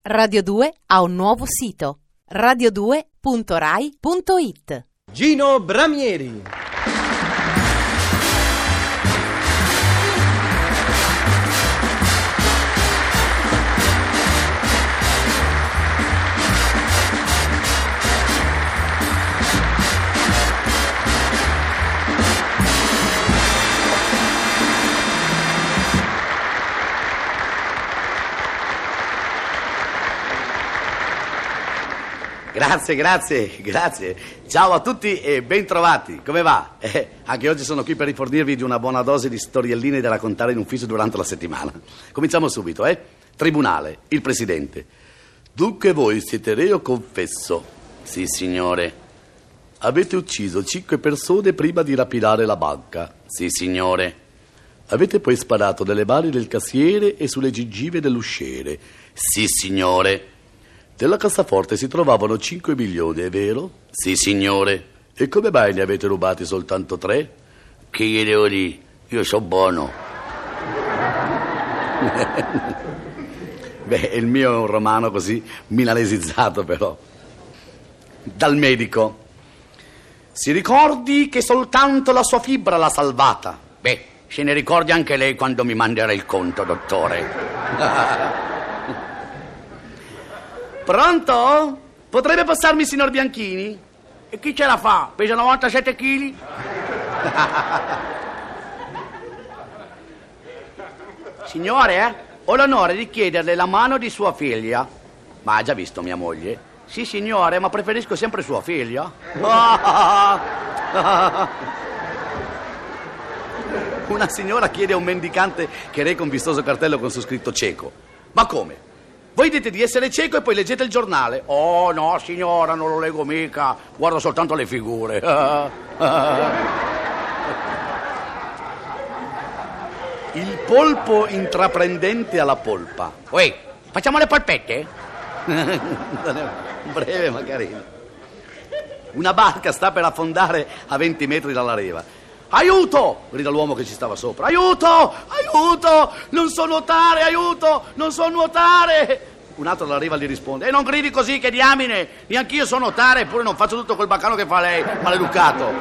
Radio 2 ha un nuovo sito: radio2.rai.it. Gino Bramieri. Grazie. Ciao a tutti e ben trovati. Come va? Anche oggi sono qui per rifornirvi di una buona dose di storielline da raccontare in ufficio durante la settimana. Cominciamo subito, Tribunale, il presidente. Dunque voi siete reo confesso? Sì, signore. Avete ucciso 5 persone prima di rapinare la banca? Sì, signore. Avete poi sparato nelle mani del cassiere e sulle gengive dell'usciere? Sì, signore. Nella cassaforte si trovavano 5 milioni, è vero? Sì, signore. E come mai ne avete rubati soltanto 3? Che io devo dire? Io so buono. Beh, il mio è un romano così milanesizzato, però. Dal medico. Si ricordi che soltanto la sua fibra l'ha salvata. Beh, se ne ricordi anche lei quando mi manderà il conto, dottore. Pronto? Potrebbe passarmi il signor Bianchini? E chi ce la fa? Pesa 97 kg? Signore, ho l'onore di chiederle la mano di sua figlia. Ma ha già visto mia moglie? Sì, signore, ma preferisco sempre sua figlia. Una signora chiede a un mendicante che reca un vistoso cartello con su scritto cieco. Ma come? Voi dite di essere cieco e poi leggete il giornale. Oh, no, signora, non lo leggo mica. Guardo soltanto le figure. Il polpo intraprendente alla polpa. Uè, facciamo le polpette? Breve ma carino. Una barca sta per affondare a 20 metri dalla riva. Aiuto! Grida l'uomo che ci stava sopra. Aiuto! Non so nuotare, aiuto! Non so nuotare! Un altro dalla riva gli risponde: non gridi così, che diamine! Neanch'io so nuotare, eppure non faccio tutto quel baccano che fa lei, maleducato.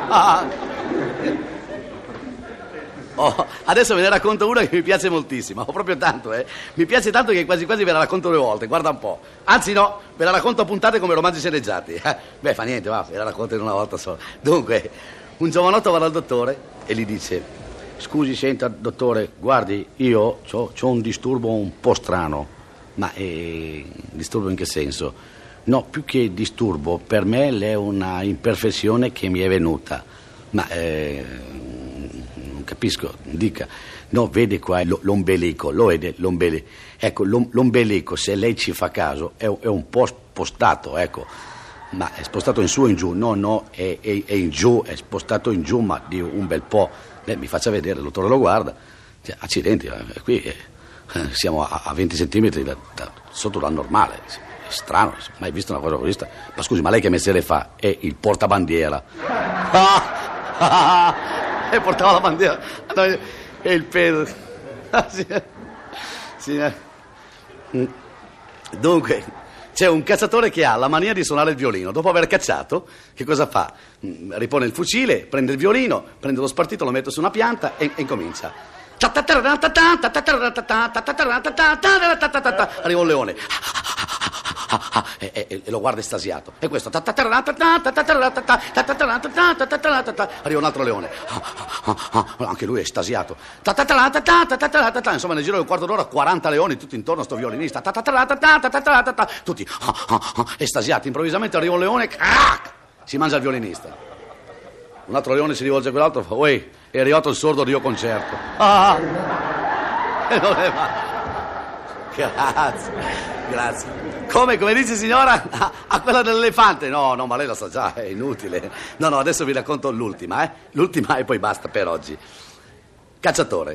Adesso ve ne racconto una che mi piace moltissimo, proprio tanto, Mi piace tanto che quasi ve la racconto 2 volte, guarda un po'. Anzi no, ve la racconto a puntate come romanzi sceneggiati. Beh, fa niente, va, ve la racconto in una volta sola. Dunque, un giovanotto va dal dottore e gli dice: scusi, senta, dottore, guardi, io c'ho un disturbo un po' strano. Ma disturbo in che senso? No, più che disturbo, per me è una imperfezione che mi è venuta. Ma non capisco, dica. No, vede qua l'ombelico, lo vede l'ombelico. Ecco, l'ombelico, se lei ci fa caso, è un po' spostato, ecco. Ma è spostato in su o in giù? No, è in giù, è spostato in giù, ma di un bel po'. Beh, mi faccia vedere, il dottore lo guarda. Accidenti, qui siamo a 20 centimetri da sotto dal normale. È strano, mai visto una cosa così. Ma scusi, ma lei che mestiere fa? È il portabandiera. E portava la bandiera. No, è il peso. Sì. Dunque, c'è un cacciatore che ha la mania di suonare il violino. Dopo aver cacciato, che cosa fa? Ripone il fucile, prende il violino, prende lo spartito, lo mette su una pianta e incomincia. Arriva un leone e lo guarda estasiato. E questo. Arriva un altro leone, anche lui è estasiato. Insomma, nel giro di un quarto d'ora 40 leoni tutti intorno a sto violinista, tutti estasiati. Improvvisamente arriva un leone, si mangia il violinista. Un altro leone si rivolge a quell'altro e fa: uè, è arrivato il sordo Rio Concerto. E non è male. Grazie. Come dice signora? A quella dell'elefante? No, ma lei la sa già, è inutile. No, adesso vi racconto l'ultima, L'ultima e poi basta per oggi. Cacciatore.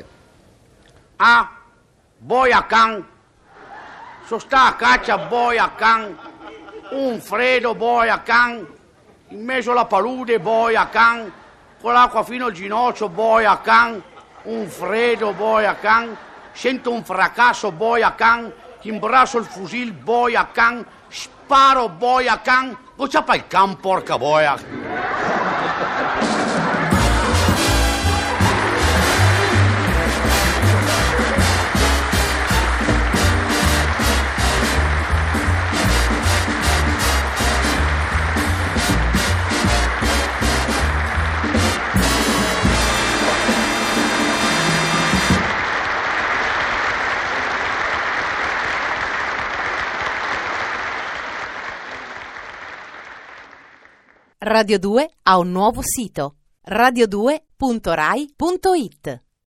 Boia can. So sta a caccia boia can. Un freddo boia can. In mezzo alla palude boia can. Con l'acqua fino al ginocchio boia can. Un freddo boia can. Sento un fracasso boia can. ti imbrasso il fusil, boia can, sparo, boia can. Voi c'ha il can, porca boia. Radio 2 ha un nuovo sito: radio2.rai.it.